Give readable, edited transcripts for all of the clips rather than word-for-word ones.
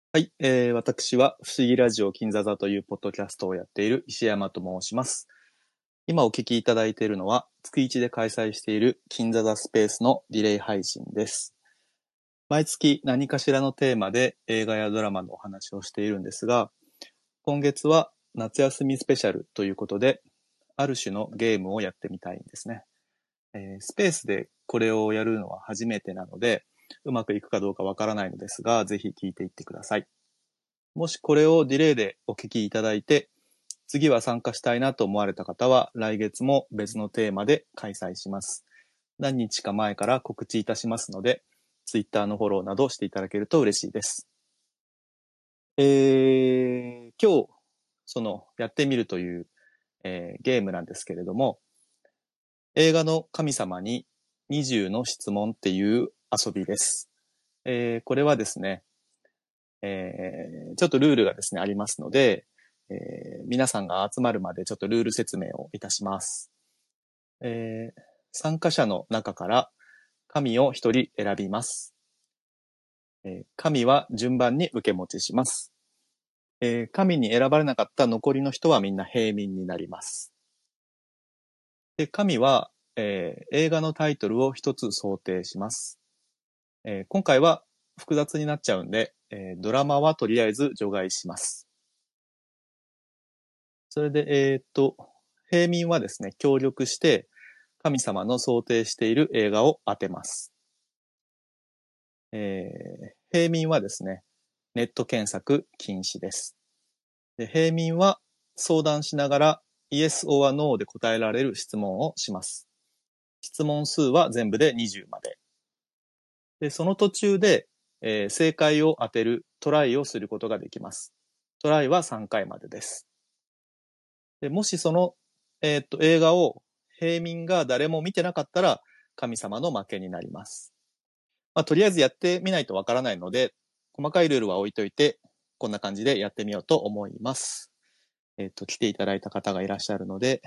はい、私は不思議ラジオ金座座というポッドキャストをやっている石山と申します。今お聞きいただいているのは月1で開催している金座座スペースのリレー配信です。毎月何かしらのテーマで映画やドラマのお話をしているんですが、今月は夏休みスペシャルということで、ある種のゲームをやってみたいんですね。スペースでこれをやるのは初めてなので、うまくいくかどうかわからないのですが、ぜひ聞いていってください。もしこれをディレイでお聞きいただいて、次は参加したいなと思われた方は、来月も別のテーマで開催します。何日か前から告知いたしますので、Twitter のフォローなどしていただけると嬉しいです。今日、やってみるという、ゲームなんですけれども、映画の神様に20の質問っていう遊びです。これはですね、ちょっとルールがですね、ありますので、皆さんが集まるまでちょっとルール説明をいたします。参加者の中から神を一人選びます。神は順番に受け持ちします。神に選ばれなかった残りの人はみんな平民になります。で、神は、映画のタイトルを一つ想定します。今回は複雑になっちゃうんで、ドラマはとりあえず除外します。それで、平民はですね、協力して神様の想定している映画を当てます。平民はですね、ネット検索禁止です。で、平民は相談しながら Yes or No で答えられる質問をします。質問数は全部で20まで。で、その途中で、正解を当てるトライをすることができます。トライは3回までです。で、もしその、映画を平民が誰も見てなかったら神様の負けになります。まあ、とりあえずやってみないとわからないので、細かいルールは置いといて、こんな感じでやってみようと思います。来ていただいた方がいらっしゃるので、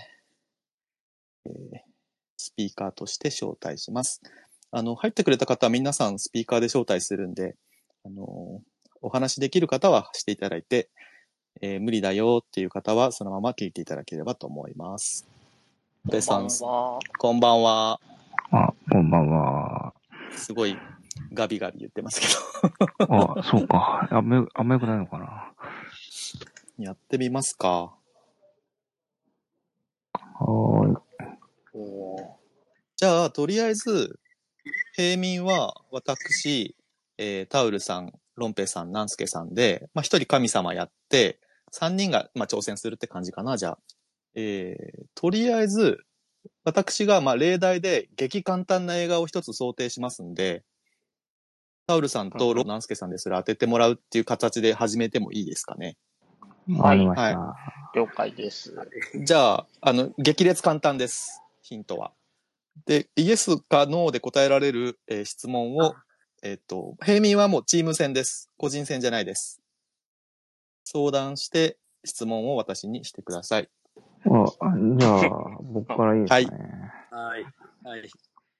スピーカーとして招待します。入ってくれた方は皆さんスピーカーで招待するんで、お話できる方はしていただいて、無理だよっていう方はそのまま聞いていただければと思います。ペさん、こんばんは。 あ、こんばんは。 すごいガビガビ言ってますけど。あ、そうか。あんま良くないのかな。 やってみますか。 はーい。じゃあ、とりあえず、平民は私、タウルさん、ロンペさん、ナンスケさんで、まあ、一人神様やって、三人が、まあ、挑戦するって感じかな、じゃあ。とりあえず、私が、まあ、例題で激簡単な映画を一つ想定しますんで、タウルさんとナンスケさんでそれ当ててもらうっていう形で始めてもいいですかね。 わかりました。 は了解です。 じゃあ、激烈簡単です。ヒントは。で、イエスかノーで答えられる、質問を、平民はもうチーム戦です。個人戦じゃないです。相談して質問を私にしてください。 じゃあ、僕からいいですかね。 はい。はい。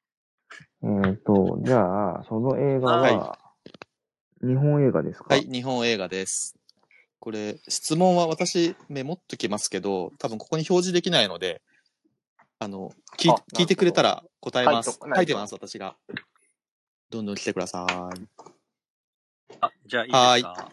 じゃあ、その映画は、日本映画ですか？ はい、日本映画です。これ、質問は私メモっときますけど、多分ここに表示できないので、聞いてくれたら答えます。書いてます、私が。どんどん来てください。 じゃあいいですか？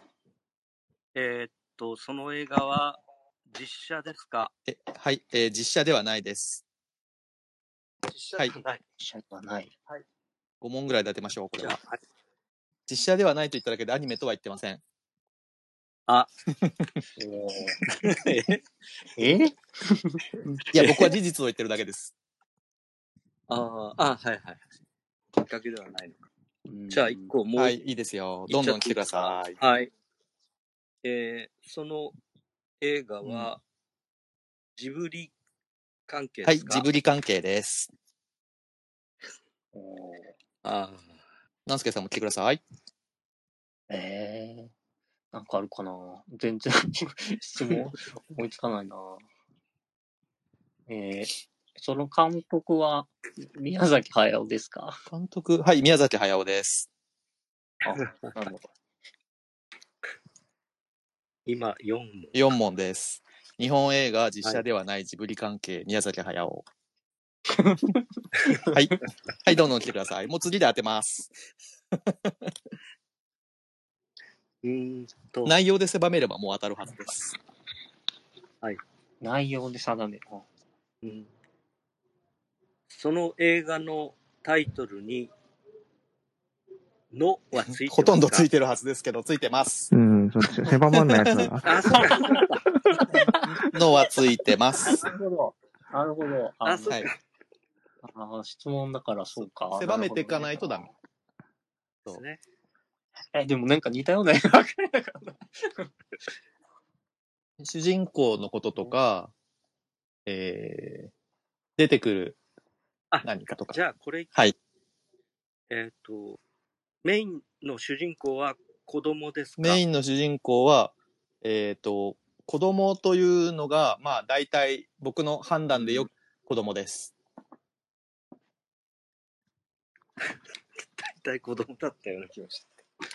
その映画は実写ですか？ はい、実写ではないです。 実写ではない。実写ではない。 はい。5問ぐらい立てましょう、これは。実写ではないと言っただけでアニメとは言ってません。 あ。 いや、僕は事実を言ってるだけです。 はいはい。きっかけではないのか。じゃあ1個もう。 はい、いいですよ。どんどん来てください。 はい。その映画は、ジブリ関係ですか？ はい、ジブリ関係です。ナンスケさんも来てください。 なんかあるかな？全然質問思いつかないな。その監督は宮崎駿ですか？ 監督、はい、宮崎駿です。 なるほど。 今4問。 4問です。日本映画実写ではないジブリ関係、宮崎駿。はい。はい、どんどん来てください。もう次で当てます。内容で狭めればもう当たるはずです。 内容で定める。 その映画のタイトルに、のはついてますか？ ほとんどついてるはずですけど、ついてます。 狭まんないやつだな。 あ、そうか。 のはついてます。 なるほど。なるほど。 あ、そうか。 はい、質問だからそうか。 狭めていかないとダメ。 そうね。 でもなんか似たような映画分かれなかった。 主人公のこととか、出てくる何かとか。 じゃあこれ、 はい。 メインの主人公は子供ですか？ メインの主人公は、子供というのが、まあ大体僕の判断でよく子供です。 大体子供だったような気がした。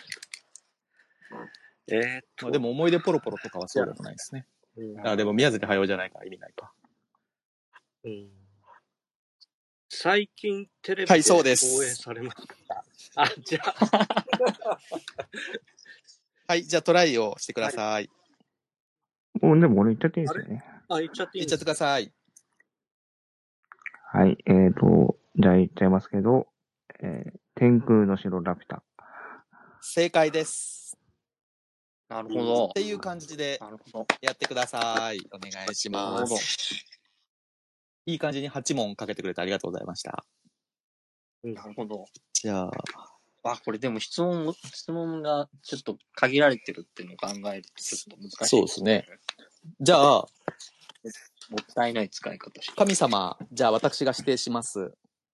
まあ、でも思い出ポロポロとかはそうでもないですね。でも宮崎駿じゃないから意味ないか。 最近テレビはい、 で放映そうです。 されました。あ、じゃあ。 はい、じゃあトライをしてください。 でも俺言っちゃっていいですよね。 言っちゃっていいんですか？ 言っちゃってください。 はい、じゃあ言っちゃいますけど、天空の城ラピュタ。 正解です。 なるほど。 っていう感じでやってください。お願いします。いい感じに8問かけてくれてありがとうございました。 なるほど。 じゃあ。 これでも質問がちょっと限られてるっていうのを考えるとちょっと難しい。 そうですね。じゃあ、 もったいない使い方して。 神様、じゃあ私が指定します。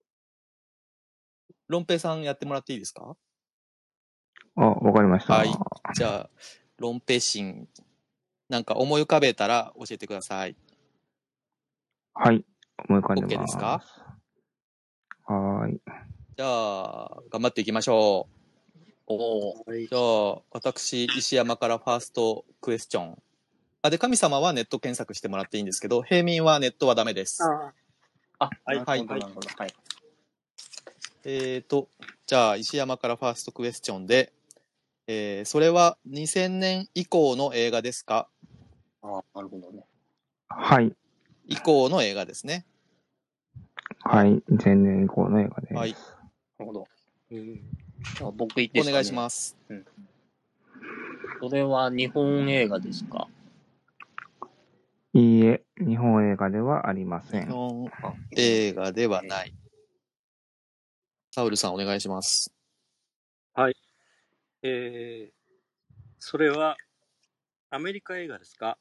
ロンペイさんやってもらっていいですか？ わかりました。 はい。じゃあ、ロンペイシン、なんか思い浮かべたら教えてください。 はい。思い浮かんでます。 OK ですか？ はい。 じゃあ、頑張っていきましょう。じゃあ、私、石山からファーストクエスチョン。で、神様はネット検索してもらっていいんですけど、平民はネットはダメです。 はい。 はい。じゃあ、石山からファーストクエスチョンで、それは2000年以降の映画ですか？ なるほどね。 はい。 以降の映画ですね。 はい。2000年以降の映画です。 はい。 なるほど。じゃあ僕言っていいですかね。 お願いします。 それは日本映画ですか？ いいえ、日本映画ではありません。 日本映画ではない。サウルさんお願いします。 はい。それはアメリカ映画ですか？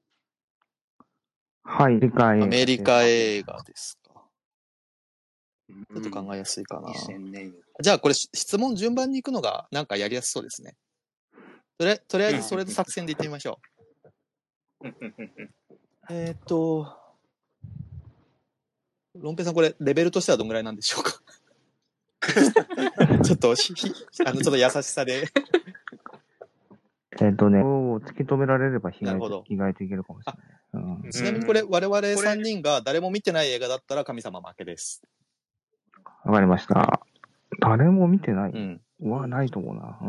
はい、 アメリカ映画ですか。ちょっと考えやすいかな。じゃあこれ質問順番に行くのがなんかやりやすそうですね。とりあえずそれで作戦で行ってみましょう。ロンペさんこれレベルとしてはどんぐらいなんでしょうか？ちょっとちょっと優しさでを突き止められれば意外といけるかもしれない。 ちなみにこれ我々3人が誰も見てない映画だったら神様負けです。 わかりました。誰も見てない？はないと思うな。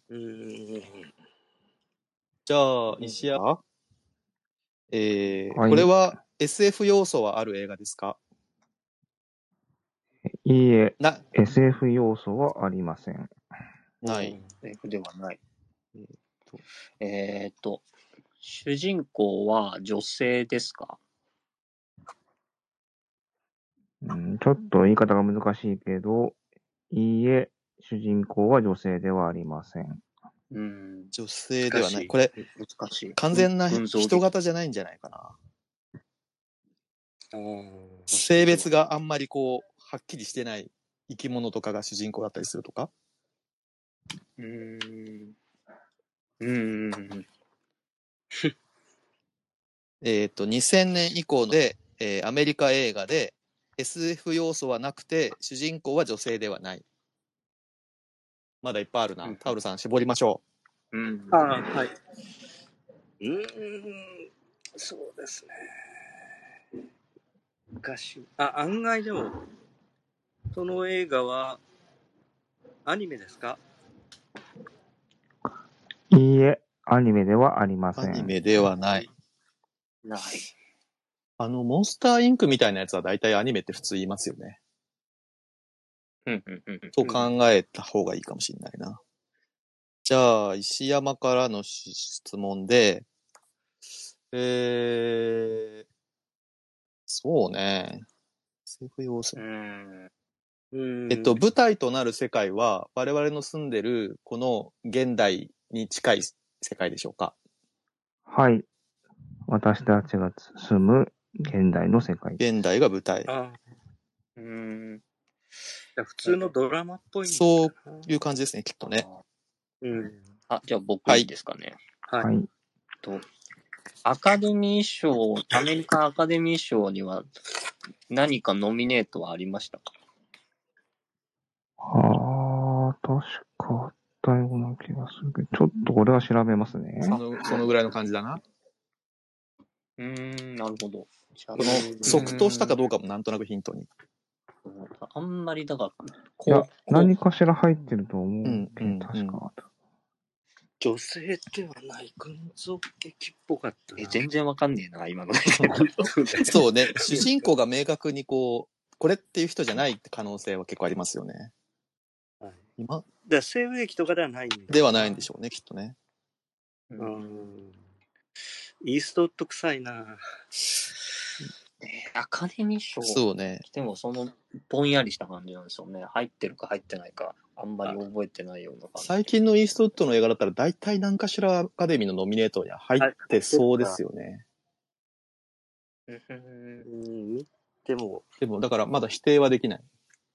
じゃあ、石屋、これは SF 要素はある映画ですか？ いいえ、SF 要素はありません。 ない。 SF ではない。主人公は女性ですか？ ちょっと言い方が難しいけど、いいえ、主人公は女性ではありません。 女性ではない。これ、完全な人型じゃないんじゃないかな。性別があんまりこう、はっきりしてない生き物とかが主人公だったりするとか。2000年以降で、アメリカ映画で SF 要素はなくて、主人公は女性ではない。まだいっぱいあるな。タオルさん絞りましょう。 はい。 そうですね。昔、案外でも、その映画は、アニメですか？ いいえ、アニメではありません。 アニメではない。 ない。 モンスターインクみたいなやつは大体アニメって普通言いますよね。と考えた方がいいかもしれないな。じゃあ、石山からの質問で、そうね。SF 要素。舞台となる世界は、我々の住んでる、この現代に近い世界でしょうか？ はい。私たちが住む現代の世界です。 現代が舞台。 普通のドラマっぽい。 そういう感じですね、きっとね。 じゃあ僕いいですかね。 はい。 アカデミー賞、アメリカアカデミー賞には何かノミネートはありましたか？ 確かあったような気がするけど、ちょっとこれは調べますね。 そのぐらいの感じだな。 なるほど。 この即答したかどうかもなんとなくヒントに。 あんまりだから、 いや、何かしら入ってると思うけど、確か。 女性ではない群像劇っぽかったな。 全然わかんねえな、今の。 そうね。主人公が明確にこれっていう人じゃないって可能性は結構ありますよね。今西部劇とかではないんだ。 ではないんでしょうね、きっとね。 イーストウッド臭いな。 アカデミー賞そうね。 でもぼんやりした感じなんですよね。入ってるか入ってないか、あんまり覚えてないような感じ。 最近のイーストウッドの映画だったら大体何かしらアカデミーのノミネートには入ってそうですよね。 でもだからまだ否定はできない。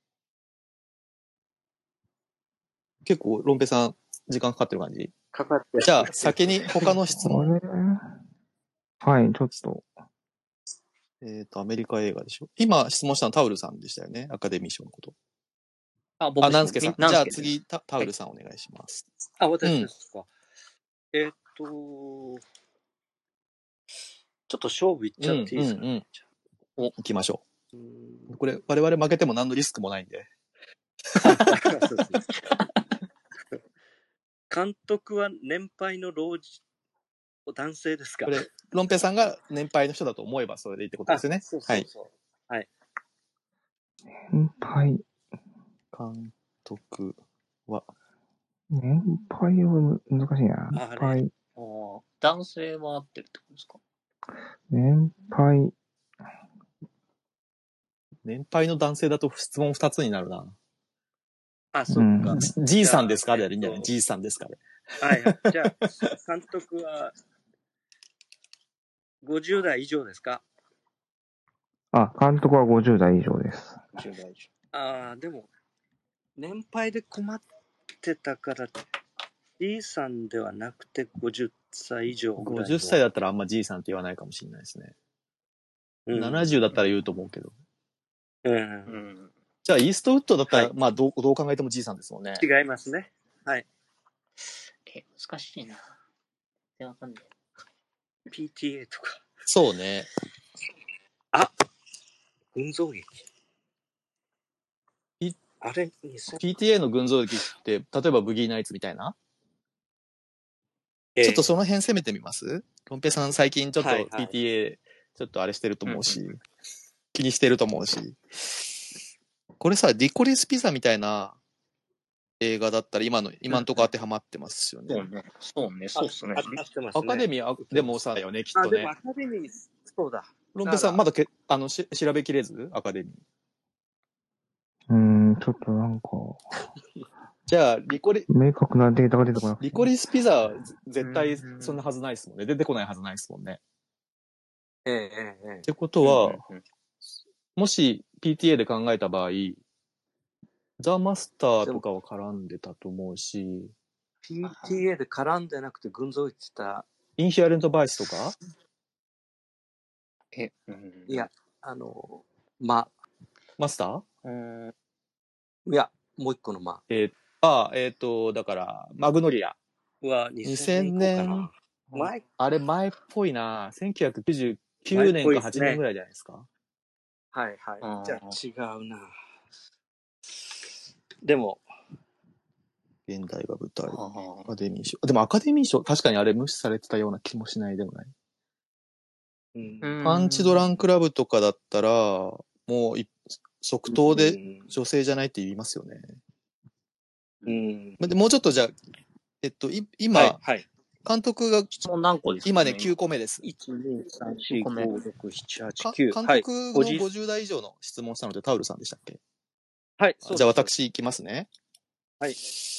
結構、ロンペさん、時間かかってる感じ？ かかってる。 じゃあ、先に他の質問。 はい、ちょっと。 アメリカ映画でしょ。今質問したのタウルさんでしたよね。アカデミー賞のこと。 僕ナンスケさん。じゃあ次、タウルさんお願いします。 私ですか。ちょっと勝負いっちゃっていいですか？ 行きましょう。これ、我々負けても何のリスクもないんで。 監督は年配の男性ですか？ これ、ロンペさんが年配の人だと思えばそれでいいってことですよね。 そう。はい。 年配。 監督は。 年配は難しいな。年配。 男性は合ってるってことですか？ 年配。 年配の男性だと質問2つになるな。 そうか。 じいさんですかでいいんじゃない？じいさんですかで。 はい。じゃあ、監督は50代以上ですか？ 監督は50代以上です。 50代以上。 でも、年配で困ってたから、じいさんではなくて50歳以上ぐらい。 50歳だったらあんまじいさんって言わないかもしれないですね。70だったら言うと思うけど。じゃあ、イーストウッドだったら、まあどう考えてもじいさんですもんね。 違いますね。はい。 難しいな。わかんない。 PTA とか。 そうね。 群像劇。あれ、 PTA の群像劇って、例えばブギーナイツみたいな、ちょっとその辺攻めてみます？ロンペさん最近ちょっと PTA ちょっとあれしてると思うし、気にしてると思うし。これさ、リコリスピザみたいな映画だったら今のとこ当てはまってますよね。 そうっすね。 アカデミーでもさよね、きっとね。 でもアカデミー、そうだ。 ロンペさんまだ調べきれずアカデミー。 ちょっとなんか。 じゃあ、 明確なデータが出てこなくて。 リコリスピザ、絶対そんなはずないですもんね。出てこないはずないですもんね。ってことは、もし PTA で考えた場合、ザ・マスターとかは絡んでたと思うし、 PTA で絡んでなくて群像劇した。 インヒアレント・バイスとかいや、マスターいや、もう一個のだから、マグノリア。 は2000年。 前あれ前っぽいな。1999年か8年ぐらいじゃないですか。 はいはい。 あーじゃあ違うな。でも、 現代が舞台。 あアカデミー賞。でもアカデミー賞、確かにあれ無視されてたような気もしないでもない。 うんパンチドランクラブとかだったら、もう即答で女性じゃないって言いますよね。 うん。 でもうちょっとじゃあ、今、 はい、はい。 監督が質問何個ですか今ね、9個目です。 1、2、3、4、 ごめん 5、6、7、8、 監 9。はい。 督の 50 50代以上の質問したのでタウルさんでしたっけ？ はい、そうです。 じゃあ私行きますね。 はい。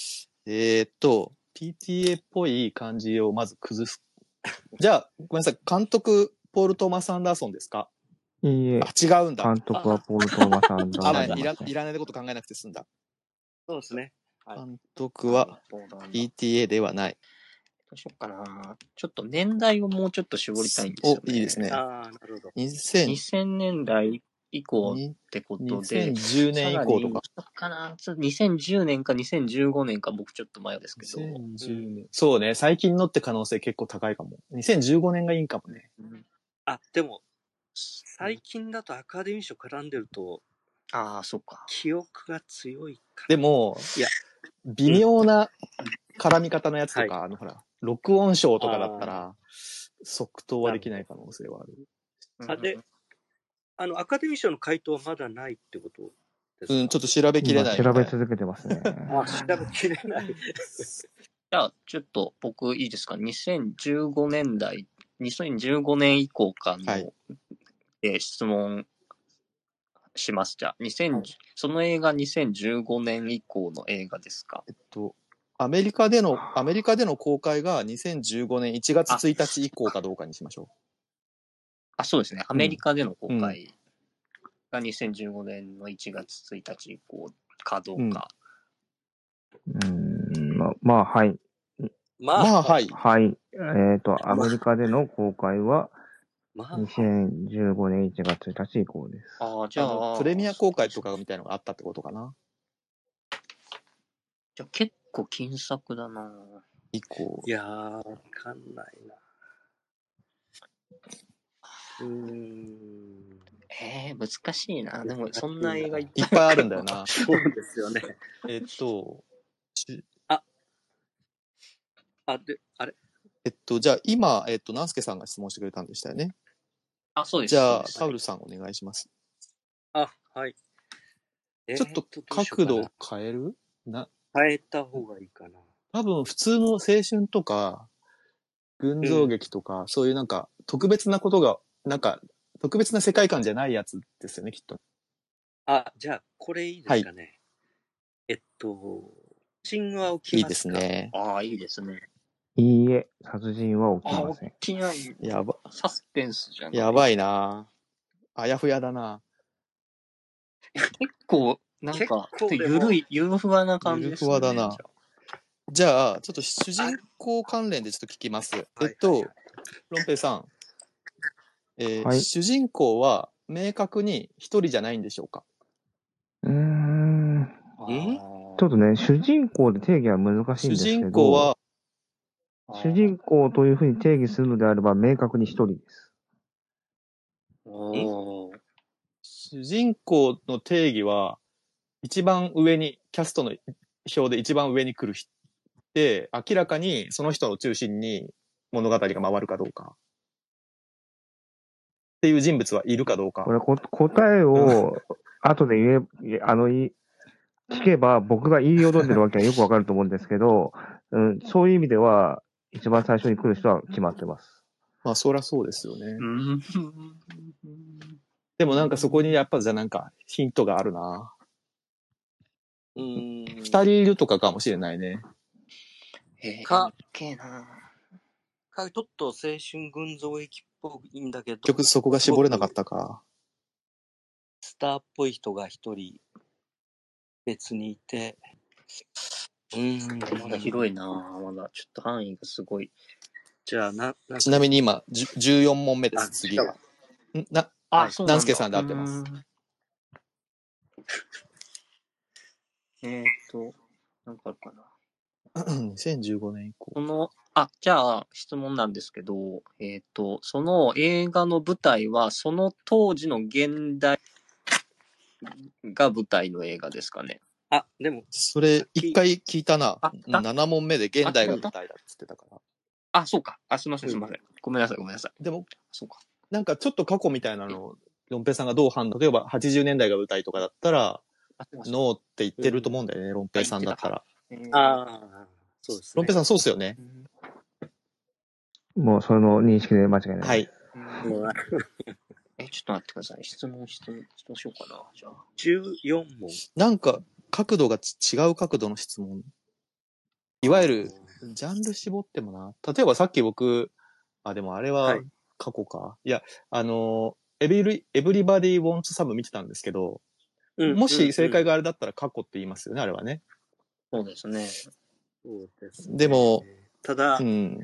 PTA っぽい感じをまず崩す。じゃあ、ごめんなさい。監督、ポール・トーマス・アンダーソンですか？ いいえ、 あ、違うんだ。 監督はポール・トーマス・アンダーソンあ、 ではありません。 いらないこと考えなくて済んだ。 そうですね。はい。 監督はそうなんだ。 PTA ではない。 どうしようかな。ちょっと年代をもうちょっと絞りたいんですよね。 お、いいですね。 ああ、なるほど。 2000年代以降ってことで、 2010年以降とか。 かな。2010年か2015年か僕ちょっ最後ですけど。 2010年。そうね。最近のって可能性結構高いかも。2015年がいいんかもね。 あ、でも、最近だとアカデミー賞絡んでると、 ああ、そっか。 記憶が強いから。 でも、 いや、 微妙な絡み方のやつとか、ほら、録音賞とかだったら、即答はできない可能性はある。 あ、で、アカデミー賞の回答はまだないってことですか？ うん、ちょっと調べきれ今ないみたい。 調べ続けてますね。 あ、調べきれない。 じゃあ、ちょっと僕いいですか？ 2015 年代、2015年以降かの、 はい質問します。じゃあ、その映画2015年以降の映画ですか？ アメリカでの公開が2015年1月1日以降かどうかにしましょあ、そうですね。アメリカでの公開が2015年の1月1日以降かどうか。 まあ、はい。 う。まあ、はい。 はい。アメリカでの公開は、 まあ、 2015年1月1日以降です。 ああ、じゃあ、 プレミア公開とかみたいなのがあったってことかな。 じゃあ結構金作だな。 以降。 いやー、わかんないな。 難しいな。でも、そんな映画いっいっぱいあるんだよな。 そうですよね。で、あれじゃあ今、南助さんが質問してくれたんでしたよね。 あ、そうです。 じゃあ、 そうですタウルさんお願いします。 あ、はい。 ちょっと角度を変える？ 変えた方がいいかな。 多分普通の青春とか、群像劇とか、そういうなんか特別なことが、なんか特別な世界観じゃないやつですよね、きっと。 あ、じゃあ、これいいですかね。神話起きますか？ いいですね。 ああ、いいですね。 いいえ、殺人は起きません。 起きない。 やば、 サスペンスじゃない。 やばいな。あやふやだな。 結構、なんか、ゆるふわな感じですね。 ゆるふわだな。じゃあ、ちょっと主人公関連でちょっと聞きます。ロンペイさん。 はい、 主人公は明確に一人じゃないんでしょうか？ ちょっとね、主人公で定義は難しいんですけど、 主人公は、 主人公というふうに定義するのであれば、明確に一人です。 主人公の定義は、一番上に、キャストの表で一番上に来る人で、明らかにその人を中心に物語が回るかどうか。っていう人物はいるかどうか。 これ答えを後で聞けば僕が言いよどんでるわけはよくわかると思うんですけど、そういう意味では一番最初に来る人は決まってます。 まあそりゃそうですよね。でもなんかそこにやっぱじゃあなんかヒントがあるな。二人いるとかかもしれないね。 ちょっと青春群像劇っぽいんだけど。 結局そこが絞れなかったか。 スターっぽい人が一人別にいて。 まだ広いな。まだちょっと範囲がすごい。 じゃあちなみに今14問目です。次が。南助さんで合ってます。 なんかあるかな。 2015年以降。 じゃあ、質問なんですけど、その映画の舞台は、その当時の現代が舞台の映画ですかね。 あ、でも、 それ、一回聞いたな。 あ 7問目で現代が舞台だっつってたから。 あ、そうか。すいません。ごめんなさい。 でも、 そうか。 なんかちょっと過去みたいなのを、ロンペイさんがどう判断、例えば80年代が舞台とかだったら、ノーって言ってると思うんだよね、ロンペイさんだったら。 ああ、そうですね。 ロンペイさんそうっすよね。 もうその認識で間違いない。 はい。 ちょっと待ってください。質問しようかな。じゃあ。 14問。 なんか、角度が違う角度の質問。いわゆる、ジャンル絞ってもな。例えばさっき僕、でもあれは過去か。いや、Everybody Wants Some 見てたんですけど、もし正解があれだったら過去って言いますよね、あれはね。 そうですね。 そうですね。 でも、 ただ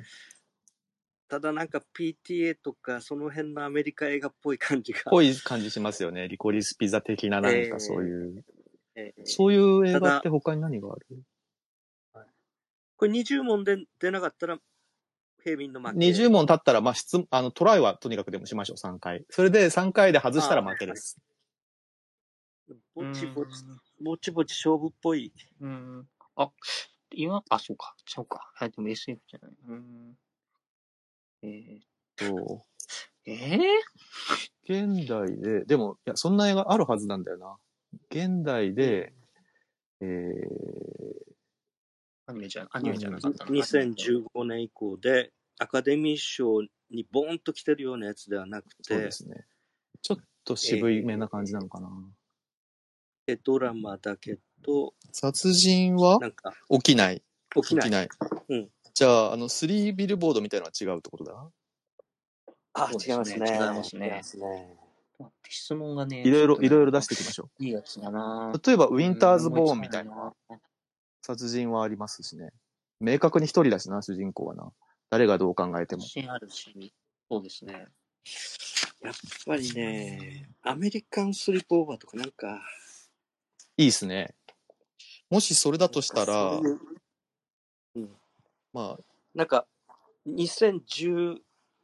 なんか PTA とかその辺のアメリカ映画っぽい感じが。 ぽい感じしますよね。リコリスピザ的ななんかそういう。そういう映画って他に何がある？ これ20問で出なかったら平民の負け。 20問経ったら、トライはとにかくでもしましょう、3回。それで3回で外したら負けです。 ぼちぼち勝負っぽい。 そうか。はい、でも SF じゃない。 現代で、でも、いや、そんな映画あるはずなんだよな。現代で、 アニメじゃなかったの。 2015年以降で、アカデミー賞にボーンと来てるようなやつではなくて、 そうですね。ちょっと渋いめな感じなのかな。 ドラマだけど、 殺人は起きない。 起きない。 じゃあ、3ビルボードみたいなのは違うってことだ。 違いますね。 違いますね。質問がね、 いろいろ出していきましょう。いいやつだな。 例えば、ウィンターズボーンみたいな殺人はありますしね。明確に一人だしな、主人公はな。誰がどう考えても。 自信あるし、そうですね。 やっぱりね、アメリカンスリープオーバーとかなんか。 いいっすね。もしそれだとしたら、 なんか、2015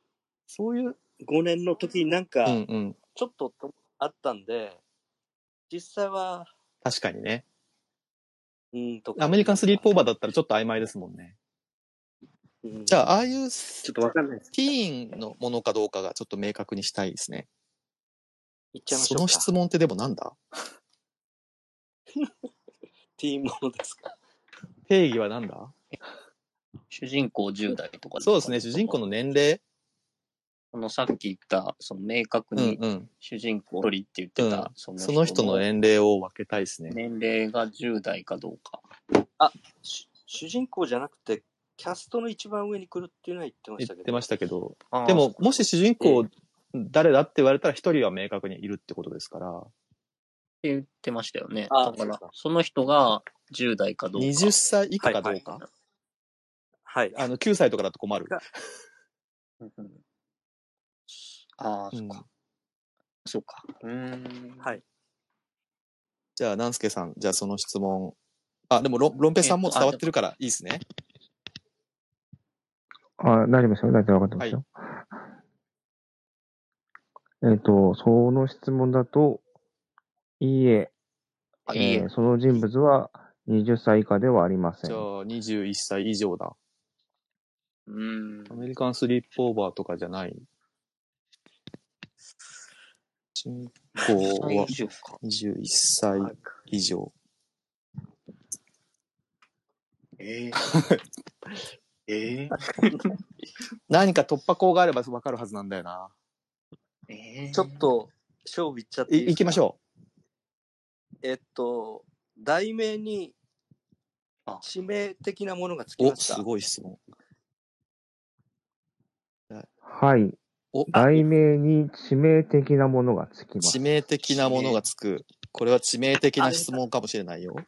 年の時になんか、ちょっとあったんで、実際は。 確かにね。アメリカンスリープオーバーだったらちょっと曖昧ですもんね。じゃあ、ああいう、 ちょっとわかんないです。 ティーンのものかどうかがちょっと明確にしたいですね。 言っちゃいましょうか。 その質問ってでもなんだ？ ティーンものですか？ 定義はなんだ？ 主人公10代とかそうですね、主人公の年齢？ さっき言った、明確に主人公1人って言ってた、 その人の年齢を分けたいですね。 年齢が10代かどうか。 主人公じゃなくて、キャストの一番上に来るっていうのは言ってましたけど。 でも、もし主人公誰だって言われたら一人は明確にいるってことですから。 って言ってましたよね。だから、その人が10代かどうか。 20歳以下かどうか。 はい。 9歳とかだと困る。 そっか。そうか。 はい。 じゃあ、南助さん、じゃあその質問。でもロンペさんも伝わってるからいいですね。 大丈夫ですよ。大体分かってますよ。その質問だと、いいえ。その人物は20歳以下ではありません。 じゃあ、21歳以上だ。アメリカンスリープオーバーとかじゃない。人口は21歳以上。何か突破口があれば分かるはずなんだよな。 ちょっと勝負いっちゃっていいですか？ 行きましょう。題名に地名的なものがつきました。 すごい質問。 はい。題名に地名的なものがつきます。 地名的なものがつく。これは致命的な質問かもしれないよ。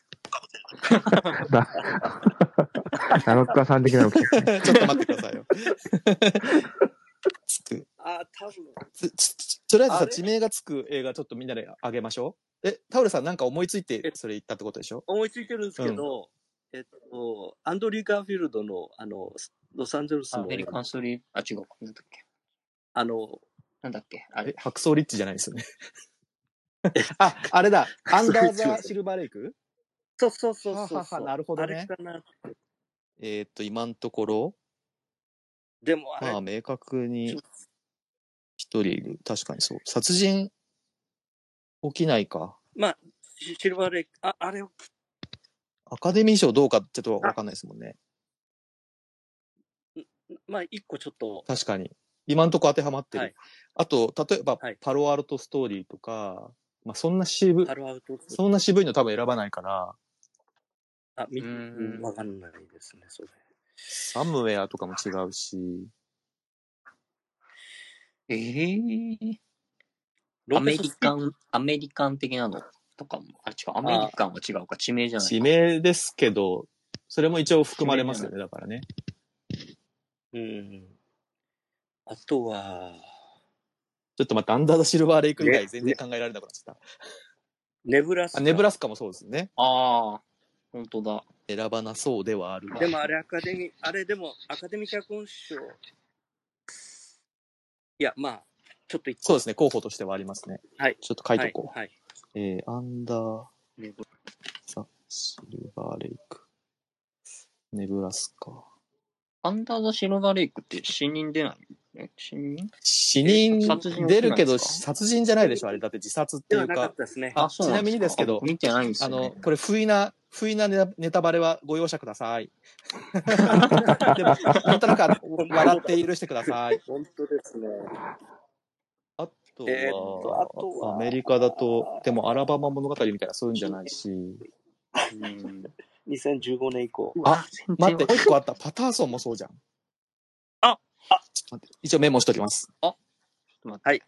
ラロッカさん的なの来て。 ちょっと待ってくださいよ。つく。 多分。 とりあえずさ、地名がつく映画ちょっとみんなであげましょう。タオルさんなんか思いついてそれ言ったってことでしょ？ 思いついてるんですけど、 アンドリュー・ガーフィールドの、ロサンゼルスの、 アメリカンスリー、あ、違う。なんだっけ。なんだっけ。あれ。 白装リッチじゃないですよね。あ、あれだ。アンダーザ・シルバーレイクそうそうそうははは、なるほどね。 あれかな。 今のところ、 でもあれ、 まあ、明確に一人いる。確かにそう。殺人起きないか。 まあ、シルバーレイク、あれを、 アカデミー賞どうかちょっとわかんないですもんね。 まあ、一個ちょっと、 確かに。今のところ当てはまってる。 はい、 あと、例えば、 はいパロアルトストーリーとか、まあ、そんな渋いの多分選ばないから、 わかんないですね、それ。 サムウェアとかも違うし。 アメリカン的なのとかも、あ、違う、アメリカンは違うか、地名じゃないか。 地名ですけど、それも一応含まれますよね、だからね。 あとは、 ちょっと待って、アンダーザ・シルバーレイク以外全然考えられなくなっちゃった。 ネブラスカ。 ネブラスカもそうですね。 ああ、本当だ。 選ばなそうではある。 でもあれでもアカデミー脚本賞。いや、まあ、ちょっとそうですね、候補としてはありますね。 はい。 ちょっと書いとこう。 はい。 アンダーザ・シルバーレイク。ネブラスカ。 アンダーザ・シルバーレイクって死人出ない死人出るけど、殺人じゃないでしょ、あれ。だって自殺っていうか。ちなみにですけど、 見てないんですよ、 これ、不意なネタバレはご容赦ください。でも、なんとなく笑って許してください。 本当ですね。 あとは、アメリカだと、でもアラバマ物語みたいなそういうんじゃないし。 2015年以降。 あ、待って、一個あった。パターソンもそうじゃん。ちょっと待って。一応メモしときます。 はい。ちょっと待って。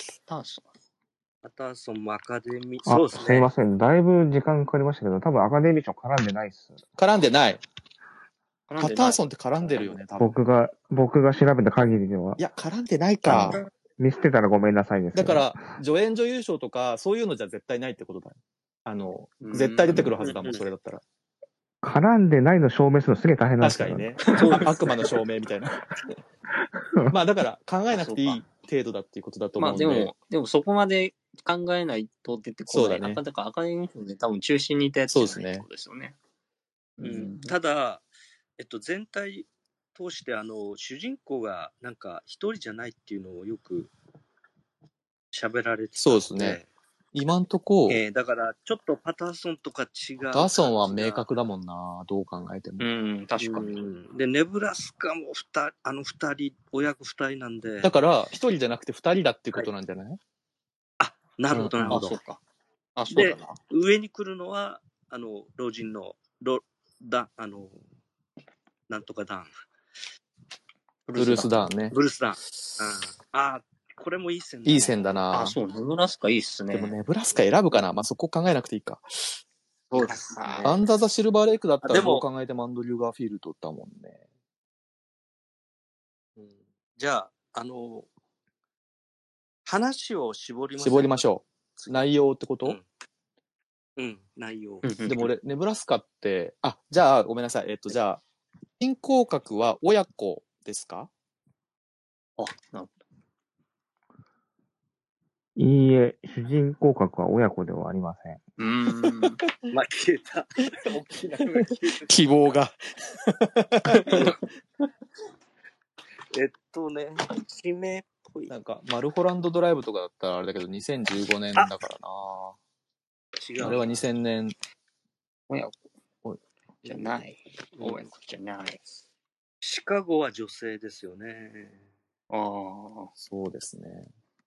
パターソンもアカデミー。 そうですね。すいません。だいぶ時間かかりましたけど、多分アカデミー賞絡んでないっす。 絡んでない。パターソンって絡んでるよね、多分。 僕が調べた限りでは。 いや、絡んでないか。 ミスってたらごめんなさいです。 だから、助演女優賞とか、そういうのじゃ絶対ないってことだよ。絶対出てくるはずだもん、それだったら。 絡んでないの証明するのすげえ大変なんですよ。 確かにね。悪魔の証明みたいな。まあだから考えなくていい程度だっていうことだと思うんで。 まあでもそこまで考えないと出てこない。そうだね。だからアカデミー賞で多分中心にいたやつじゃないってことですよね。 ただ、全体通して主人公がなんか一人じゃないっていうのをよく喋られてたので。 そうですね。今んとこ、 だからちょっとパターソンとか違う。 パターソンは明確だもんな、どう考えても。 確かに。 で、ネブラスカも二人、親子二人なんで。 だから一人じゃなくて二人だってことなんじゃない？ あ、なるほどなるほど。 そうか。 で、上に来るのは老人のなんとかダン。 ブルースダーンね。 ブルースダーン。これもいい線だ、 ね。いい線だな。 そう、ネブラスカいいっすね。 でもネブラスカ選ぶかな。まあ、そこ考えなくていいか。 そうですね。 アンダーザ・シルバーレイクだったらどう考えてもアンドリュー・ガーフィールドだもんね。 じゃあ、話を絞りましょう。内容ってこと？ 内容。 でも俺、ネブラスカって、じゃあ、ごめんなさい。じゃあ、主人格は親子ですか？ なるほど。 いいえ、主人公格は親子ではありません。 まあ、消えた。大きなのが消えた。 希望が。 地名っぽい。 なんか、マルホランドドライブとかだったらあれだけど、2015年だからな。違う。あれは2000年。 親子じゃない。親子じゃない。 シカゴは女性ですよね。 そうですね。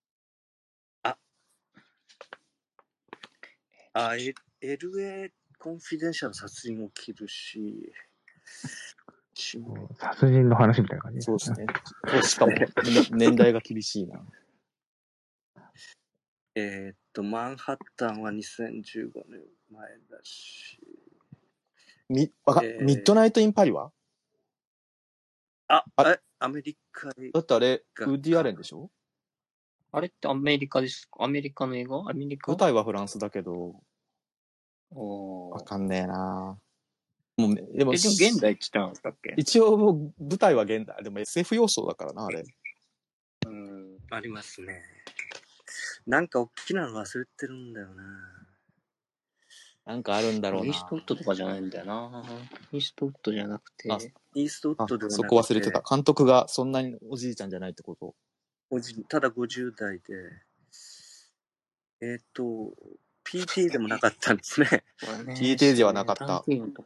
LA コンフィデンシャル殺人起きるし、 殺人の話みたいな感じですね。そうですね。しかも、年代が厳しいな。 マンハッタンは2015年前だし。 ミッドナイト・イン・パリは？ アメリカだってあれ、ウッディ・アレンでしょ？ あれってアメリカですか？アメリカの映画？ 舞台はフランスだけど。わかんねえな。 もう、でも、 でも現代って言ってなかったっけ？ 一応舞台は現代。でも SF 要素だからな、あれ。 ありますね。なんか大きなの忘れてるんだよな。 なんかあるんだろうな。 イーストウッドとかじゃないんだよな。イーストウッドじゃなくて。 イーストウッドではなくて、 そこ忘れてた。監督がそんなにおじいちゃんじゃないってこと。 ただ50代で、PT でもなかったんですね。 PT ではなかった。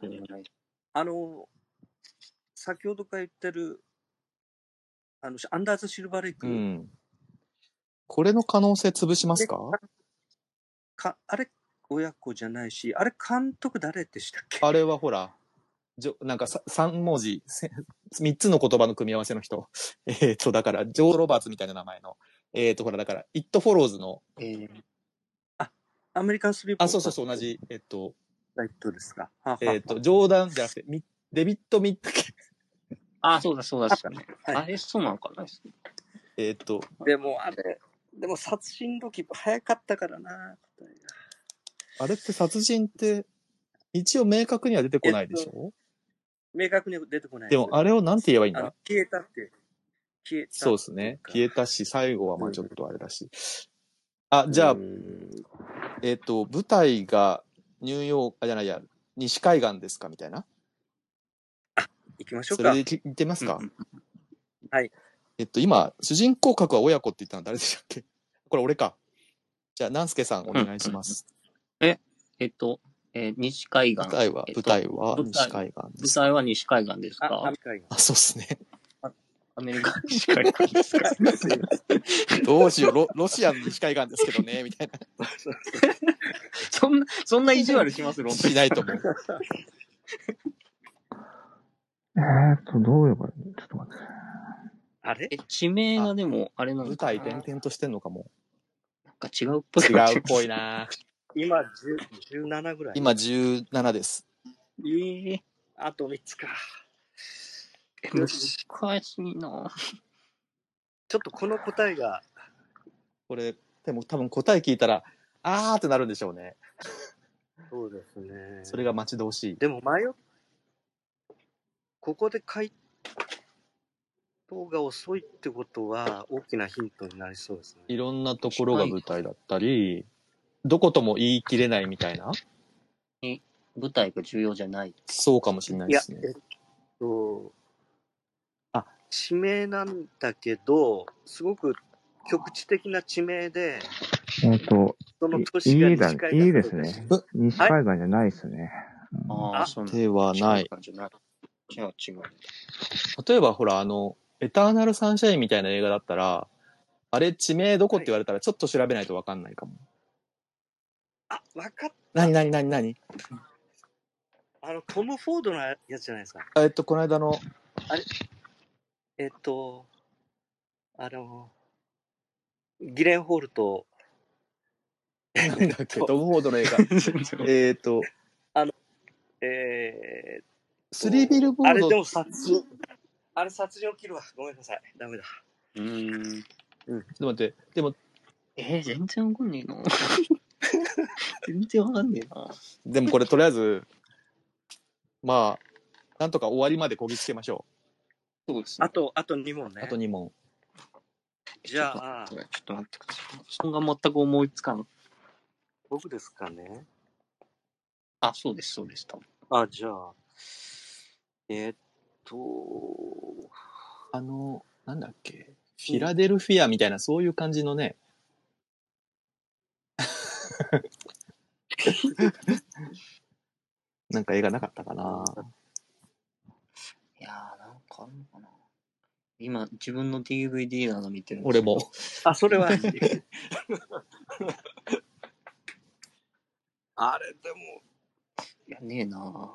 先ほどから言ってる、アンダーズ・シルバーレイク。 うん。これの可能性潰しますか？ あれ、親子じゃないし、あれ、監督誰でしたっけ？ あれはほら、なんか3文字、3つの言葉の組み合わせの人。だから、ジョー・ロバーツみたいな名前の。ほら、だから、It Follows の。 アメリカンスリープ。 そう、同じ、 ライトですか。 ジョーダンじゃなくて、デビッド・ミッドケ。 そうだったね。あれ、そうなのかな。 でも殺人時早かったからな。 あれって殺人って、一応明確には出てこないでしょ？ 明確には出てこない。 でも、あれをなんて言えばいいんだ？ 消えたって。 そうですね。消えたし、最後はまあちょっとあれだし。じゃあ、舞台がニューヨーク、じゃないや、西海岸ですかみたいな。 行きましょうか。 それで行ってますか？ はい。 今、主人公格は親子って言ったの誰でしたっけ？これ俺か。じゃあ、南助さんお願いします。 西海岸。 舞台は西海岸です。 舞台は西海岸ですか？ そうっすね。 アメリカ西海岸ですか？ どうしよう、ロシアの西海岸ですけどね、みたいな。 そんな意地悪します？ しないと思う。 どう言えばいいの？ちょっと待って。 あれ？ 地名がでも、あれなのかな？ 舞台転々としてんのかも。 なんか違うっぽい。 違うっぽいな。 今17ぐらい。 今17です。 あと3つか。 難しいな。 ちょっとこの答えが。 これ、でも多分答え聞いたら、あーってなるんでしょうね。 そうですね。 それが待ち遠しい。 でもここで回答が遅いってことは大きなヒントになりそうですね。 いろんなところが舞台だったり、どことも言い切れないみたいな。 舞台が重要じゃない。 そうかもしれないですね。 地名なんだけど、すごく局地的な地名で、その都市が西海岸。 いいですね。西海岸じゃないですね。 ではない。 違う。 例えばほら、エターナルサンシャインみたいな映画だったら、あれ地名どこって言われたらちょっと調べないとわかんないかも。 わかった。 何トム・フォードのやつじゃないですか。 この間の。 ギレンホールと、 なんだっけ、トム・フォードの映画。スリービルボード。 あれでも殺人起きるわ。ごめんなさい。ダメだ。 ちょっと待って、でも、 全然わかんねえな。全然わかんねえな。 でもこれとりあえず、まあ、なんとか終わりまでこぎつけましょう。そうですね。 あと2問ね。 あと2問。 じゃあ、 ちょっと待ってください。そんが全く思いつかん。 僕ですかね。 そうです。 じゃあ、 なんだっけ、フィラデルフィアみたいな、そういう感じのね。なんか映画なかったかな。 いやー、なんかあるのかな。今、自分の DVD なの見てるんです俺も。 それは。あれ、でも。 いや、ねえな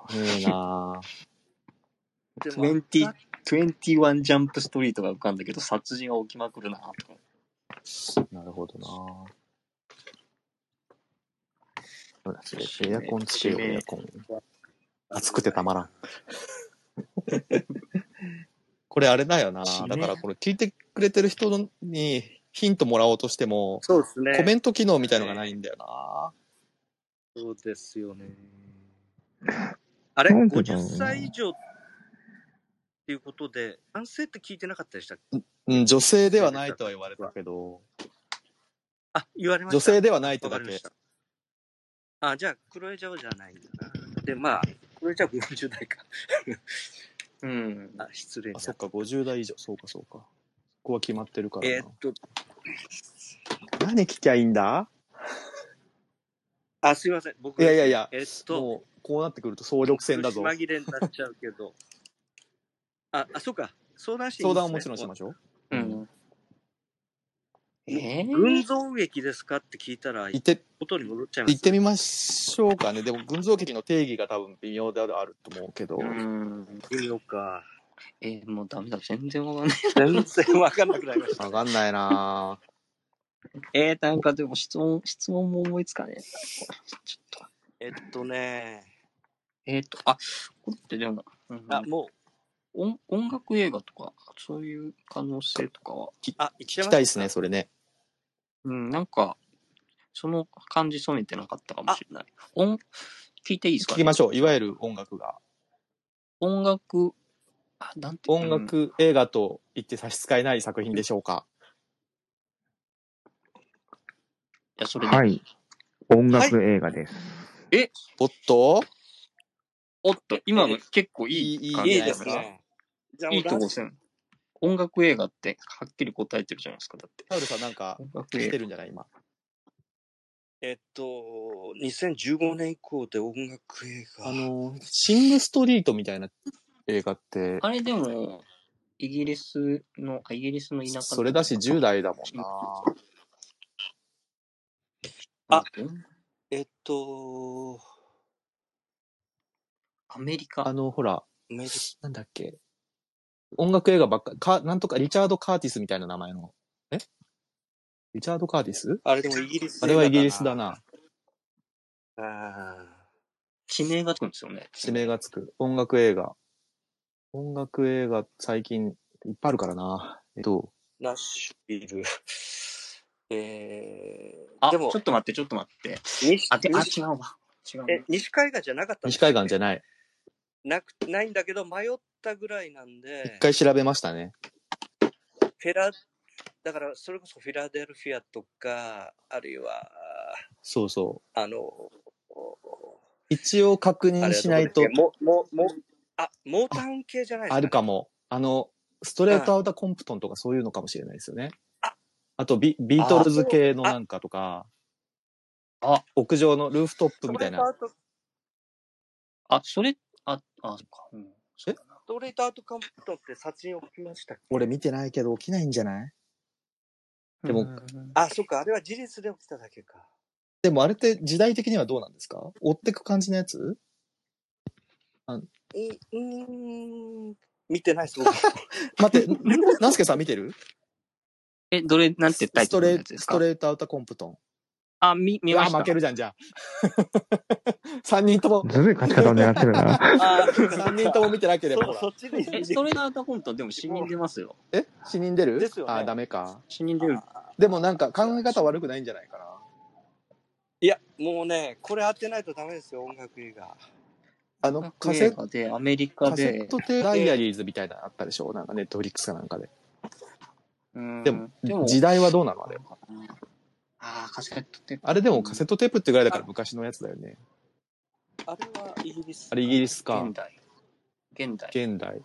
21 ジャンプストリートが浮かんだけど、殺人は起きまくるなとか。 なるほどな。エアコンつけよう、エアコン。暑くてたまらん。これあれだよな。だからこれ聞いてくれてる人にヒントもらおうとしても、 そうですね。 コメント機能みたいのがないんだよな。 そうですよね。 あれなんて言うんだろう ?50 な歳以上っていうことで、男性って聞いてなかったでしたっけ？ うん、女性ではないとは言われたけど、 あ、言われました。 女性ではないとだけわかりまし。た。あ、じゃあ、クロエジャオじゃないんだな。で、まあ、クロエジャオ40代か。 うん。 あ、失礼あ、 な。 そっか、50代以上。そうか、そうか。ここは決まってるからな。何聞きゃいいんだ？ あ、すいません。僕いやいやいや、 ももう、こうなってくると総力戦だぞ。 島切れになっちゃうけど。あ、そうか。相談していいんですね。 相談はもちろんしましょう。 うん。 群像劇ですかって聞いたら、 言って元に戻っちゃいます。 行ってみましょうかね。でも、群像劇の定義が多分微妙であると思うけど。 微妙か。 もうダメだ。全然わかんない。 全然わかんなくなりました。 わかんないなぁ。 なんかでも質問も思いつかねえな。ちょっと。あ、これってでも、 もう、音楽映画とか、そういう可能性とかは。 聞きたいですね、それね。 なんか、その感じ染めてなかったかもしれない。聞いていいですかね？ 聞きましょう。いわゆる音楽が。 音楽映画と言って差し支えない作品でしょうか？ いや、それで。 はい。音楽映画です。 おっと、 今の結構いい感じいいでか？ ですすね。じゃあ、 いいとこですね。音楽映画ってはっきり答えてるじゃないですか、だって。 タウルさんなんか、来てるんじゃない今。 2015年以降で音楽映画。 シングストリートみたいな映画って。 あれでも、イギリスの田舎それだし10代だもんな。 アメリカ。 ほら、なんだっけ。音楽映画ばっか、なんとかリチャード・カーティスみたいな名前の。リチャード・カーティス？ あれでもイギリスあれはイギリスだな。 地名がつくんですよね。 地名がつく。音楽映画、最近、いっぱいあるからな。 ナッシュビル。 でも、ちょっと待って。違うわ。 西海岸じゃなかったんです西海岸じゃない。 ないんだけど、迷ったぐらいなんで。 一回調べましたね。 だから、それこそフィラデルフィアとか、あるいは、 そうそう。一応確認しないと。 モータウン系じゃないですか、ね。 あるかも。ストレートアウターコンプトンとかそういうのかもしれないですよね。あとビートルズ系のなんかとか、屋上のルーフトップみたいな。 そっか。 ストレートアウトコンプトンって撮影起きましたっけ？ 俺見てないけど起きないんじゃない？でも、 そっか、あれは事実で起きただけか。 でもあれって時代的にはどうなんですか？追ってく感じのやつ？ 見てないです。 待って、ナスケさん見てる？ なんてタイトルのやつですか？ ストレートアウターコンプトン。 見ました。 負けるじゃん、じゃあ。3人とも。 ずるい勝ち方を狙ってるな。 3人とも見てなければ。 そっちでストレートアウターコンプトンでも死人出ますよ。 死人出る？ ですよね。 ダメか。 死人出る。 でもなんか考え方悪くないんじゃないかな。 いや、もうね、これ当てないとダメですよ、音楽映画。 カセットで、アメリカで。 カセットテダイアリーズみたいなのあったでしょ？なんかネットフリックスかなんかで。でも、時代はどうなのあれ？ カセットテープ。 あれでもカセットテープってぐらいだから昔のやつだよね。 あれはイギリス。 あれイギリスか。 現代。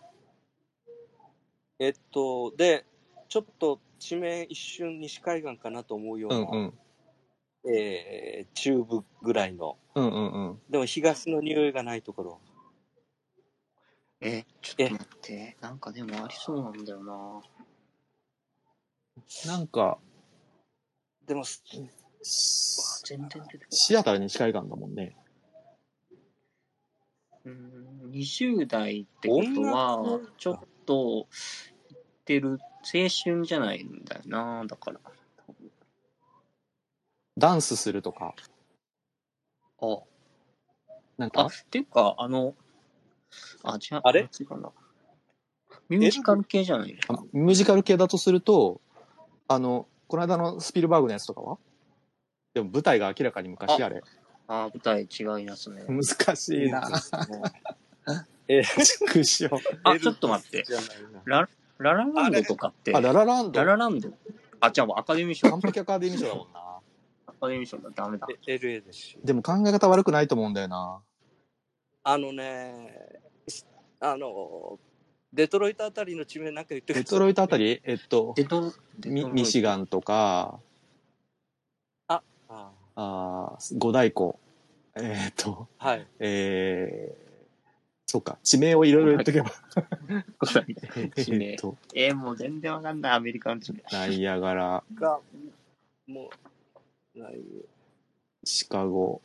で、ちょっと地名一瞬西海岸かなと思うような、中部ぐらいの。でも東の匂いがないところ。 ちょっと待って。なんかでもありそうなんだよな。 なんか、 でも、 全然出てこない。 シアター西海岸だもんね。 20代ってことは、ちょっと、言ってる青春じゃないんだよな、だから。 ダンスするとか。なんかっていうか、違う。あれ違うな。ミュージカル系じゃないですか。 ミュージカル系だとすると、この間のスピルバーグのやつとかは？でも舞台が明らかに昔あれ。 舞台違いますね。 難しいな。 畜生。 あ、ちょっと待って。 じゃないな。 ララランドとかって、 あ、ララランド。 ララランドあ、じゃあアカデミー賞。 完璧アカデミー賞だもんな。 アカデミー賞だ、ダメだ。 LA ですし。 でも考え方悪くないと思うんだよな。 デトロイトあたりの地名なんか言ってください。 デトロイトあたりミシガン。 ンとか、五大湖。 はい。 そうか、地名をいろいろ言っとけば。 地名。もう全然わかんない、アメリカの地名。 ナイアガラ、 が、もう、 シカゴ。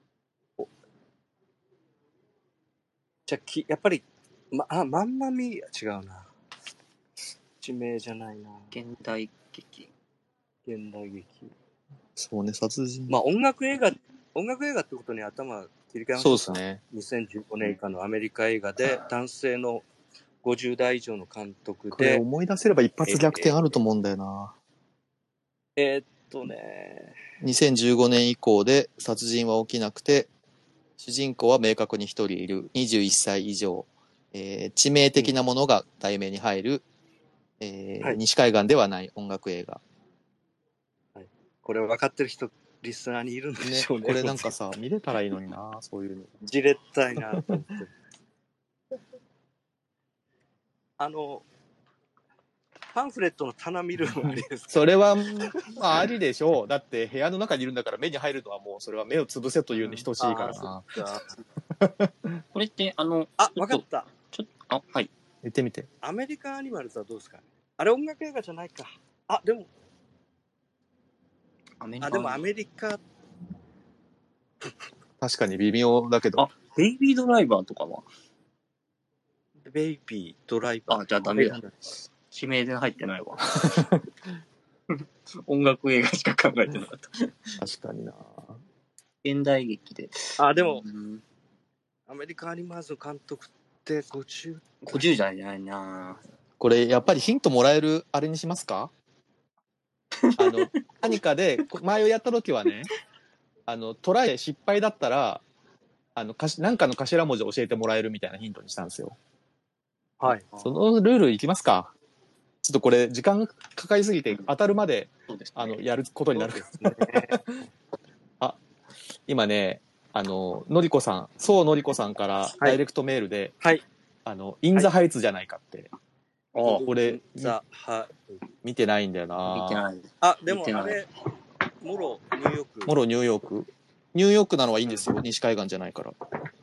じゃやっぱり、マンマミー違うな。地名じゃないな。 現代劇。 現代劇。 そうね、殺人。 まあ音楽映画ってことに頭切り替えましょうか。 そうですね。 2015年以下のアメリカ映画で男性の50代以上の監督これで。 思い出せれば一発逆転あると思うんだよな。2015年以降で殺人は起きなくて、主人公は明確に一人いる。21歳以上。致命的なものが題名に入る、はい、西海岸ではない音楽映画。 はい、これ分かってる人、リスナーにいるんでしょうね。 これなんかさ、見れたらいいのにな、そういうの。 じれったいなと思って。パンフレットの棚見るのありですか？ それは、まあ、ありでしょう。だって部屋の中にいるんだから目に入るのはもうそれは目をつぶせというに等しいからな。 これって分かった。 はい。 言ってみて。 アメリカンアニマルズはどうですか？あれ音楽映画じゃないか。でもアメリカ。 確かに微妙だけど。 ベイビードライバーとかは？ ベイビードライバー。 じゃあダメだ。指名で入ってないわ。音楽映画しか考えてなかった。 確かにな。 現代劇で。 でも、アメリカンアニマルズの監督って50 じゃないな。 これやっぱりヒントもらえるあれにしますか？何かで前をやった時はね、トライ失敗だったら何かの頭文字を教えてもらえるみたいなヒントにしたんですよ。 はい。 そのルールいきますか？ちょっとこれ時間かかりすぎて当たるまで、やることになる。今ね、のりこさん、そうのりこさんからダイレクトメールで、 はい。 インザハイツじゃないかって。 俺、 見てないんだよな。 見てない。 でもあれ、もろニューヨーク。 もろニューヨーク。ニューヨークなのはいいんですよ。西海岸じゃないから。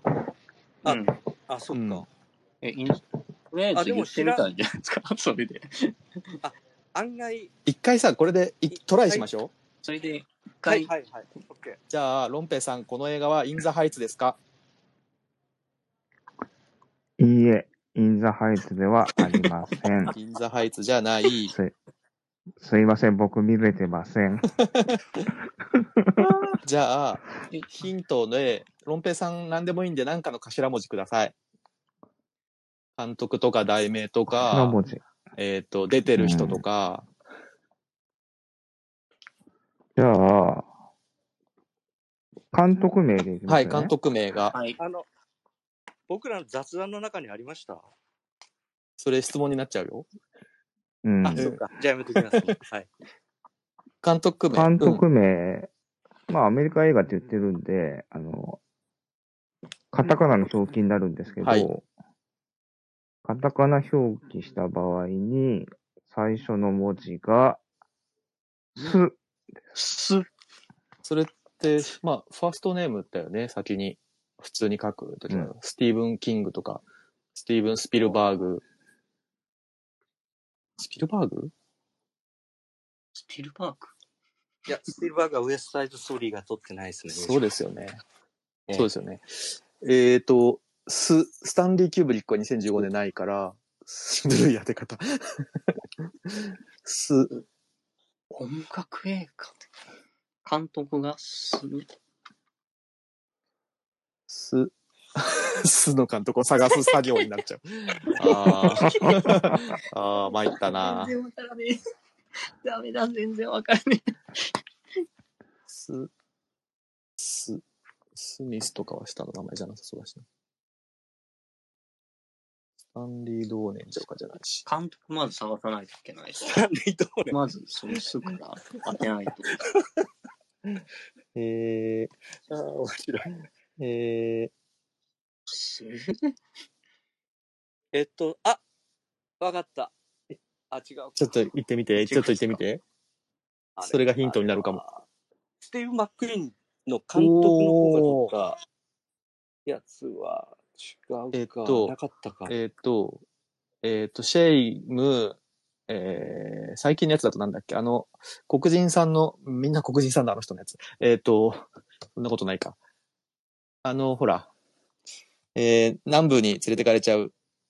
そっか。 とりあえず言ってみたいじゃないですか、それで。 案外。 一回さ、これでトライしましょう。 それで、一回。 はい。 じゃあ、ロンペイさん、この映画はインザハイツですか？ いいえ、インザハイツではありません。 インザハイツじゃない。 すいません、僕見れてません。 じゃあ、ヒントで、ロンペイさん何でもいいんで何かの頭文字ください。監督とか題名とか、 頭文字。 出てる人とか。 じゃあ、監督名でいきますね。 はい、監督名が。 はい。 僕らの雑談の中にありました？ それ質問になっちゃうよ。 そうか。じゃあやめときますね。はい。 監督名、まあアメリカ映画って言ってるんで、カタカナの表記になるんですけど、カタカナ表記した場合に、最初の文字が、 す。 それって、まあ、ファーストネームだよね、先に。普通に書くときは、スティーブン・キングとか、スティーブン・スピルバーグ。スピルバーグいや、スピルバーグはウエストサイドストーリーが撮ってないですね。 そうですよね。そうですよね。スタンリー・キューブリックは2015年ないから、ずるい当て方。 音楽映画監督がすの監督を探す作業になっちゃう。参ったな。 全然わからねえ。ダメだ、全然わからねえ。 スミスとかは下の名前じゃなさそうだしな。 サンディ・ドーネンちゃうかじゃないし。 監督まず探さないといけないです。 サンディ・ドーネン。 まず、そのすから当てないと。 ああ、面白い。あ、わかった。あ、違う。 ちょっと言ってみて。ちょっと言ってみて。それがヒントになるかも。 スティーブ・マック・イーンの監督の方がどっか、やつは違うか。なかったか。 シェイム、最近のやつだとなんだっけ黒人さんの、みんな黒人さんだ、あの人のやつ。そんなことないか。ほら、南部に連れてかれちゃう。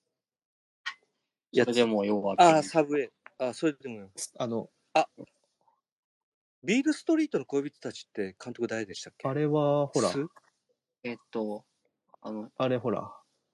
それでもよサブウェイ。それでもよ。ビール・ストリートの恋人たちって監督誰でしたっけ？ あれは、ほら。あれほら。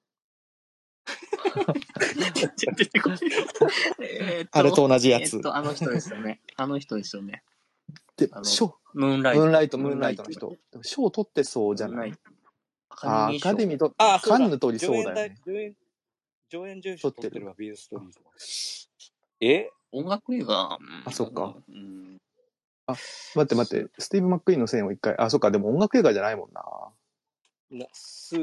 あれと同じやつ。 あの人ですよね。あの人ですよね。 で、 ムーンライトの人。賞取ってそうじゃない？ アカデミーと、カンヌとりそうだよね。 上演準賞取ってるわ、ビール・ストリート。 音楽映画。 そっか。待って。スティーブ・マック・イーンの線を一回。そっか、でも音楽映画じゃないもんな。 ス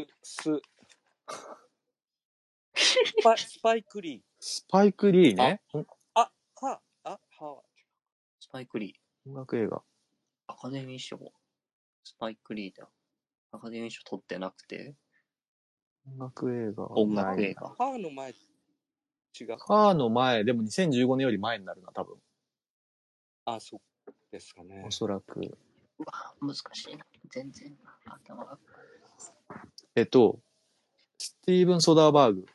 パイク・リー。 スパイク・リーね。 スパイク・リー。音楽映画。 アカデミー賞。スパイク・リーだ。アカデミー賞取ってなくて。 音楽映画。 ハーの前、違う。 ハーの前、でも2015年より前になるな、多分。 そうですかね。 おそらく。 うわ、難しいな。全然頭が。 スティーブン・ソダーバーグ。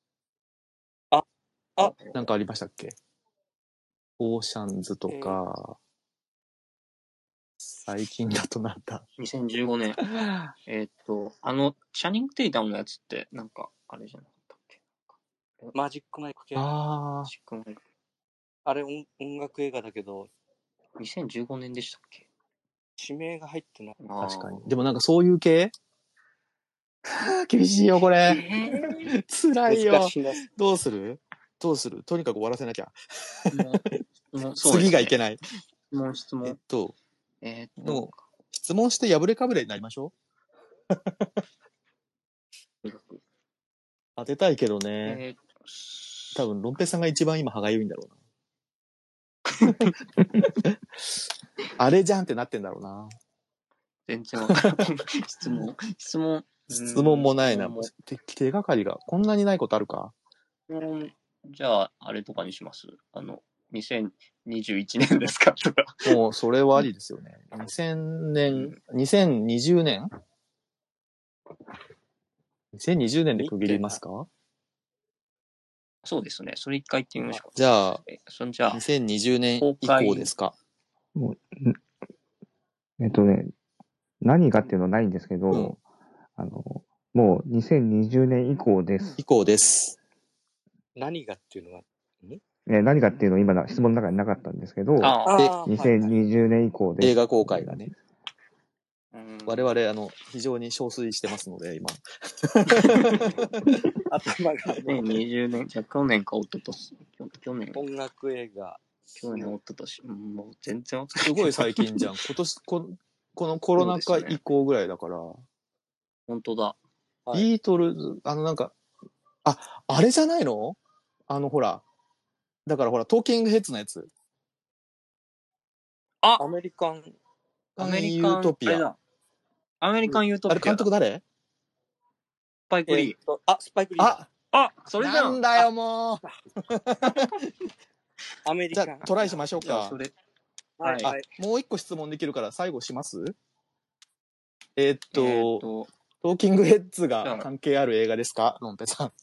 なんかありましたっけ？オーシャンズとか、最近だとなんだ。 2015年。シャニング・テイタムのやつって、なんか、あれじゃなかったっけ？ マジック・マイク系。 マジック・マイク。 あれ音楽映画だけど、 2015年でしたっけ？ 地名が入ってない。 確かに。でもなんかそういう系？厳しいよ、これ。辛いよ。どうするとにかく終わらせなきゃ。次がいけない。 質問。 質問して破れかぶれになりましょう。当てたいけどね。多分、ロンペさんが一番今歯がゆいんだろうな。あれじゃんってなってんだろうな。 全然わからない。質問もないな。手がかりが。こんなにないことあるか？ じゃあ、あれとかにします。2021年ですかとか。 もう、それはありですよね。2020年 ?2020 年で区切りますか？ そうですね。それ一回言ってみましょう。 じゃあ、2020年以降ですか？ 何がっていうのはないんですけど、もう2020年以降です。 以降です。 何がっていうのは何がっていうのは今質問の中になかったんですけど、2020年以降です。 映画公開がね。我々、非常に憔悴してますので、今。 頭が。 2020年、じゃあ去年か一昨年。去年。 音楽映画。 去年、一昨年。もう全然わかんない。すごい最近じゃん。今年、このコロナ禍以降ぐらいだから。 本当だ。 ビートルズ、なんか、あれじゃないの？ほら。だからほら、トーキングヘッズのやつ。 アメリカンユートピア。 アメリカンユートピア。 あれ監督誰？ スパイクリー。 スパイクリー。 それじゃん。 なんだよ、もう。 アメリカン。 じゃあ、トライしましょうか。 はい。 もう一個質問できるから最後します？トーキングヘッズが関係ある映画ですか？ロンペさん。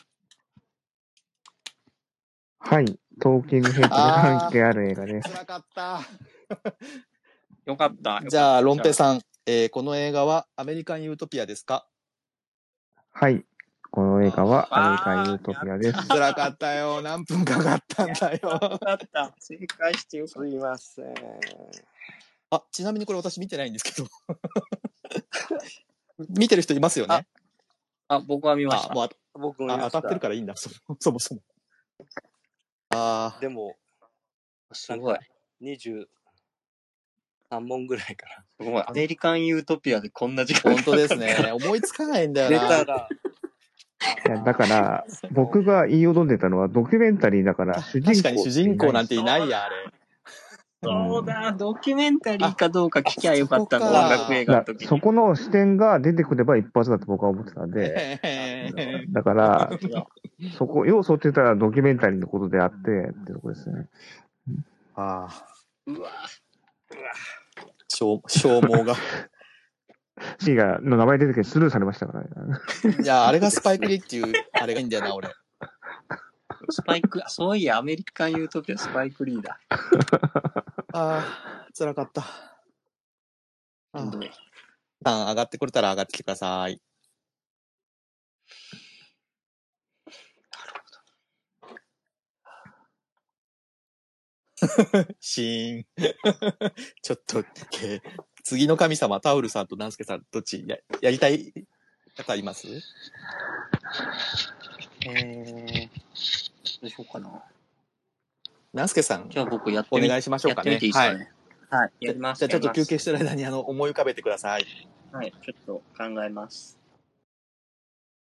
はい。トーキングヘッズが関係ある映画です。 辛かった。 よかった。 じゃあ、ロンペさん、この映画はアメリカンユートピアですか？ はい。この映画はアメリカンユートピアです。 辛かったよ。何分かかったんだよ。 よかった。正解してよかった。 すいません。 ちなみにこれ私見てないんですけど。見てる人いますよね？ 僕は見ました。 僕も見ました。 当たってるからいいんだ、そもそも。 でも、 すごい。 23問ぐらいかな。 すごい。アメリカンユートピアでこんな時間本当ですね。思いつかないんだよ出な。 たら、 いやだから、僕が言いよどんでたのはドキュメンタリーだから、主人公確かに主人公なんていないないや、あれ。 そうだ、ドキュメンタリーかどうか聞きゃよかったの、 そこか音楽映画の時に。 そこの視点が出てくれば一発だと僕は思ってたんで、だから、そこ、要素って言ったらドキュメンタリーのことであって、ってとこですね。 ああ、 うわ消耗が。 シーガの名前出てきてスルーされましたからね。 いや、あれがスパイクリーっていう、あれがいいんだよな、俺。 スパイク、そういや、アメリカンユートピアスパイクリーだ。 ああ、辛かった。 しんどい。 上がってくれたら上がってきてください。シーン。ちょっと、次の神様、タオルさんとナンスケさん、どっちやりたい方います？ どうしようかな。 ナンスケさん、 じゃあ僕やってお願いしましょうかね。 やってみていいですかね。はい。やります。 じゃあちょっと休憩ししてる間に思い浮かべてください。 はい。ちょっと考えます。